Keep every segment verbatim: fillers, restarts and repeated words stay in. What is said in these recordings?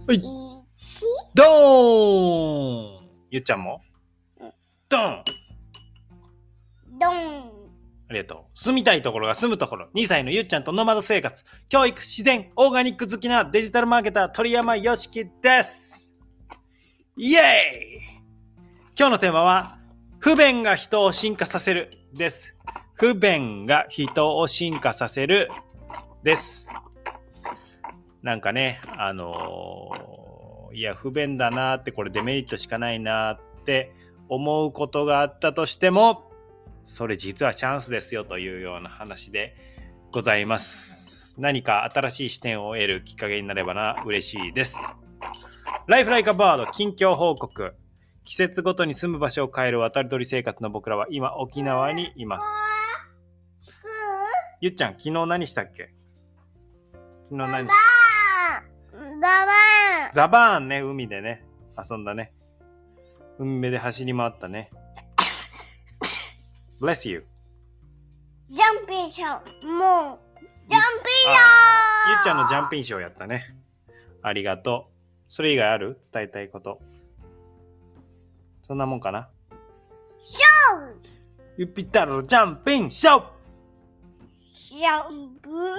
はい。ドーン。ゆっちゃんもドーン。 ドン。 ありがとう。住みたいところが住むところ。にさいのゆっちゃんとノマド生活。教育、自然、オーガニック好きなデジタルマーケター鳥山よしきです。イエーイ。今日のテーマは不便が人を進化させるです。不便が人を進化させるです。なんかね、あのー、いや不便だなって、これデメリットしかないなって思うことがあったとしても、それ実はチャンスですよというような話でございます。何か新しい視点を得るきっかけになればな嬉しいです。ライフライカバード近況報告。季節ごとに住む場所を変える渡り鳥生活の僕らは今沖縄にいます。ゆっちゃん、昨日何したっけ？昨日何？ ザバーン。 ザバーンね、海でね遊んだね。海辺で走り回ったね。Bless you。 ジャンピンショー。もうジャンピンショー。 ゆっちゃんのジャンピンショーやったね。ありがとう。それ以外ある？伝えたいこと。そんなもんかな。 ショー。 ユピタルジャンピンショー。 ジャンプーン。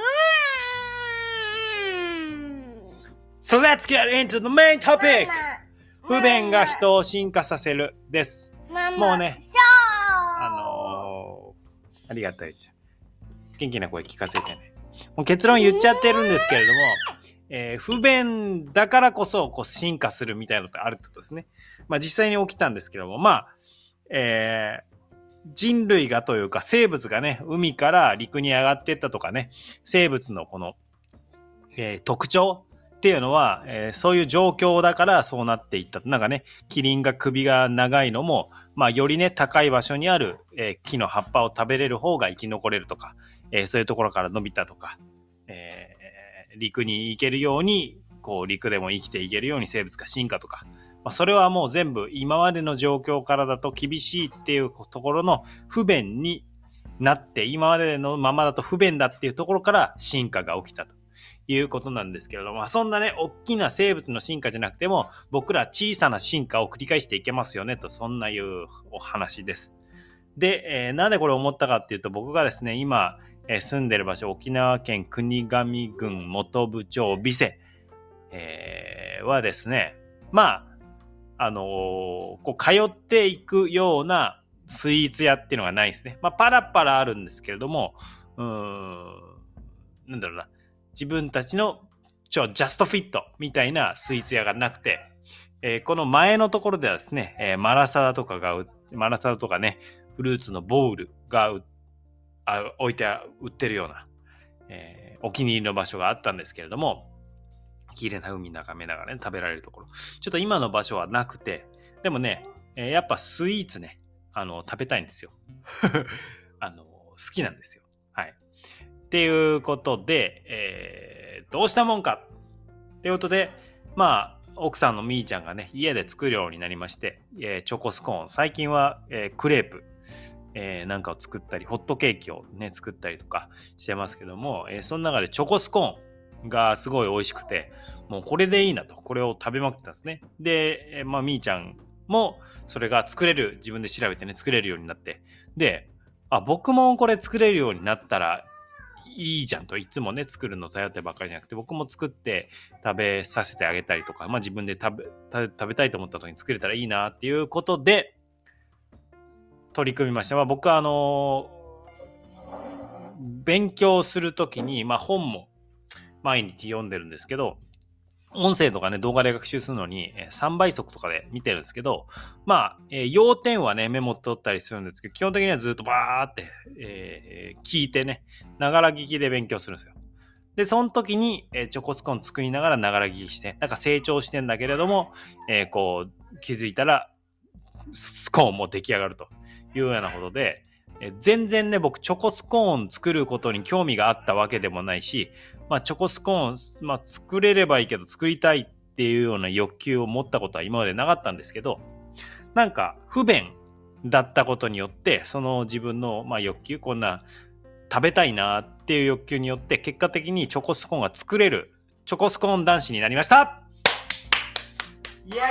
So let's get into the main topic. 不便が人を進化させるです。もうね、あのー、ありがたい。元気な声聞かせてね。もう結論言っちゃってるんですけれども、えー、不便だからこそこう進化するみたいなのってあるってことですね。まあ実際に起きたんですけども、まあ、えー、人類がというか生物がね、海から陸に上がっていったとかね、生物のこの、えー、特徴っていうのは、えー、そういう状況だからそうなっていった。なんかね、キリンが首が長いのも、まあ、よりね高い場所にある、えー、木の葉っぱを食べれる方が生き残れるとか、えー、そういうところから伸びたとか、えー、陸に行けるようにこう陸でも生きていけるように生物が進化とか、まあ、それはもう全部今までの状況からだと厳しいっていうところの不便になって、今までのままだと不便だっていうところから進化が起きたということなんですけれども、そんなね大きな生物の進化じゃなくても僕ら小さな進化を繰り返していけますよねと、そんないうお話です。で、えー、なんでこれ思ったかっていうと、僕がですね今、えー、住んでる場所沖縄県国頭郡本部町備瀬、えー、はですね、まああのー、こう通っていくようなスイーツ屋っていうのがないですね。まあパラパラあるんですけれども、うーんなんだろうな、自分たちのちょジャストフィットみたいなスイーツ屋がなくて、えー、この前のところではですね、えー、マラサダとかがマラサダとかね、フルーツのボウルがあ置いて売ってるような、えー、お気に入りの場所があったんですけれども、綺麗な海眺めながらね食べられるところ、ちょっと今の場所はなくて、でもね、えー、やっぱスイーツね、あの食べたいんですよ。あの好きなんですよ。はい。っていうことで、えー、どうしたもんかっていうことで、まあ奥さんのみーちゃんがね家で作るようになりまして、えー、チョコスコーン、最近は、えー、クレープ、えー、なんかを作ったり、ホットケーキをね作ったりとかしてますけども、えー、その中でチョコスコーンがすごい美味しくて、もうこれでいいなと、これを食べまくってたんですね。で、えー、まあみーちゃんもそれが作れる、自分で調べてね作れるようになって、で、あ、僕もこれ作れるようになったらいいじゃんと、いつもね作るの頼ってばっかりじゃなくて、僕も作って食べさせてあげたりとか、まあ自分で食べ食べたいと思った時に作れたらいいなっていうことで取り組みました。まあ、僕はあの勉強するときに、まあ、本も毎日読んでるんですけど、音声とかね動画で学習するのにさんばい速とかで見てるんですけど、まあ、えー、要点はねメモ取ったりするんですけど、基本的にはずっとバーって、えー、聞いてね、ながら聞きで勉強するんですよ。でその時に、えー、チョコスコーン作りながらながら聞きして、なんか成長してんだけれども、えー、こう気づいたらスコーンも出来上がるというようなことで、え全然ね僕チョコスコーン作ることに興味があったわけでもないし、まあ、チョコスコーン、まあ、作れればいいけど作りたいっていうような欲求を持ったことは今までなかったんですけど、なんか不便だったことによって、その自分の、まあ、欲求、こんな食べたいなっていう欲求によって結果的にチョコスコーンが作れるチョコスコーン男子になりました。 イェイ。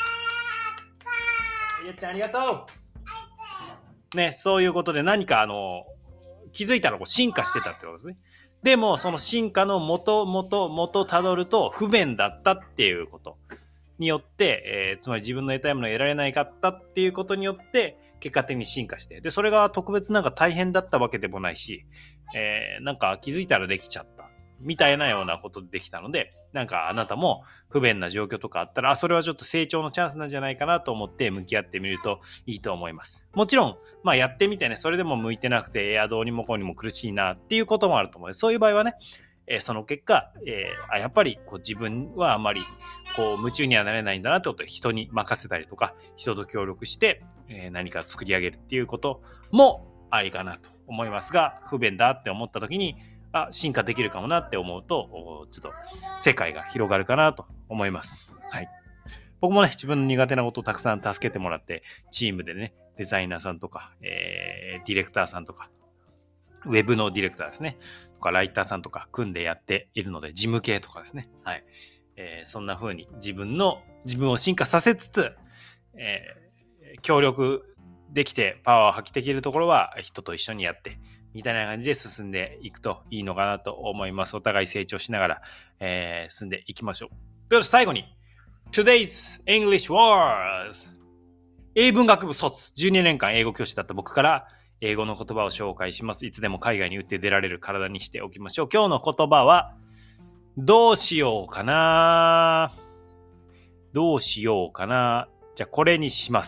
ゆっちゃんありがとう。ね、そういうことで何かあの気づいたらこう進化してたってことですね。でもその進化の元元元たどると不便だったっていうことによって、えー、つまり自分の得たいものを得られなかったっていうことによって結果的に進化して、でそれが特別なんか大変だったわけでもないし、えー、なんか気づいたらできちゃったみたいなようなことでできたので、なんかあなたも不便な状況とかあったら、あ、それはちょっと成長のチャンスなんじゃないかなと思って向き合ってみるといいと思います。もちろん、まあやってみてね、それでも向いてなくて、いや、どうにもこうにも苦しいなっていうこともあると思う。そういう場合はね、えー、その結果、えー、あやっぱりこう自分はあまりこう夢中にはなれないんだなってことで、人に任せたりとか、人と協力して、えー、何か作り上げるっていうこともありかなと思いますが、不便だって思った時に、あ、進化できるかもなって思うと、ちょっと世界が広がるかなと思います。はい。僕もね、自分の苦手なことをたくさん助けてもらって、チームでね、デザイナーさんとか、えー、ディレクターさんとか、ウェブのディレクターですね、とか、ライターさんとか組んでやっているので、事務系とかですね。はい。えー、そんな風に自分の、自分を進化させつつ、えー、協力できてパワーを発揮できるところは人と一緒にやって、みたいな感じで進んでいくといいのかなと思います。お互い成長しながら、えー、進んでいきましょう。では最後に、Today's English Words。英文学部卒、じゅうにねんかん英語教師だった僕から英語の言葉を紹介します。いつでも海外に打って出られる体にしておきましょう。今日の言葉は、どうしようかな。どうしようかな。じゃあこれにします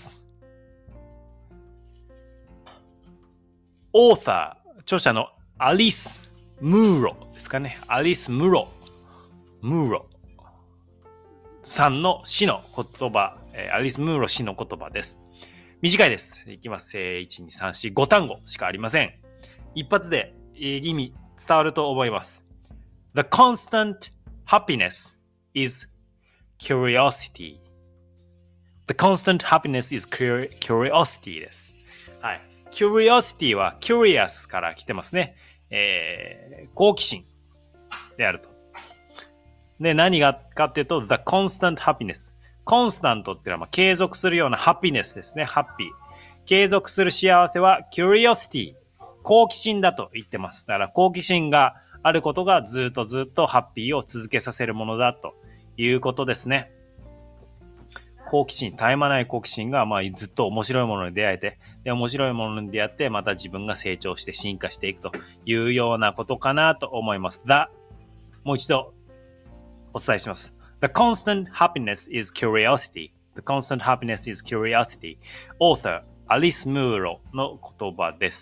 。Author。著者のアリス・ムーロですかね。アリス・ムロ。ムーロさんの詩の言葉、アリス・ムーロ詩の言葉です。短いです。いきます。いち、に、さん、よん、ご単語しかありません。一発で意味伝わると思います。The constant happiness is curiosity. The constant happiness is curiosity です。はい。curiosity は curious から来てますね。えー、好奇心であると。で、何がかっていうと、the constant happiness。constant っていうのはまあ継続するような happiness ですね。ハッピー。継続する幸せは curiosity。好奇心だと言ってます。だから好奇心があることがずっとずっとハッピーを続けさせるものだということですね。好奇心、絶え間ない好奇心がまあずっと面白いものに出会えて、で面白いものに出会ってまた自分が成長して進化していくというようなことかなと思います。The もう一度お伝えします。The constant happiness is curiosity. The constant happiness is curiosity. Author アリス・ムーロの言葉です。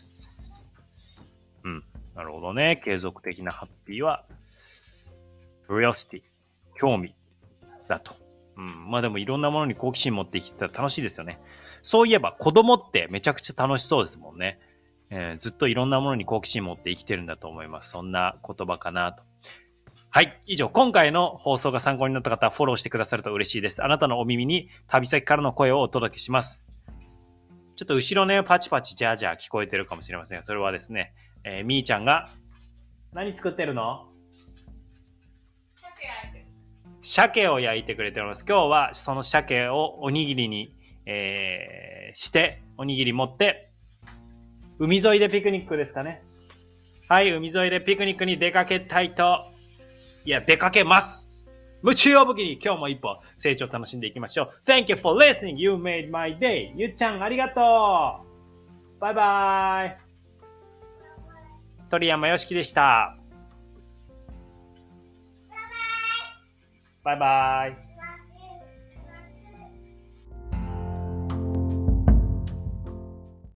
うん、なるほどね。継続的なハッピーは curiosity 興味だと。うん、まあでもいろんなものに好奇心持って生きてたら楽しいですよね。そういえば子供ってめちゃくちゃ楽しそうですもんね。えー、ずっといろんなものに好奇心持って生きてるんだと思います。そんな言葉かなと。はい。以上、今回の放送が参考になった方はフォローしてくださると嬉しいです。あなたのお耳に旅先からの声をお届けします。ちょっと後ろね、パチパチジャージャー聞こえてるかもしれませんが、それはですね、えー、みーちゃんが何作ってるの？鮭を焼いてくれております。今日はその鮭をおにぎりに、えー、して、おにぎり持って、海沿いでピクニックですかね。はい、海沿いでピクニックに出かけたいと、いや、出かけます。夢中を武器に今日も一歩成長を楽しんでいきましょう。Thank you for listening. You made my day. ゆっちゃんありがとう。バイバイ。鳥山よしきでした。バイバイ。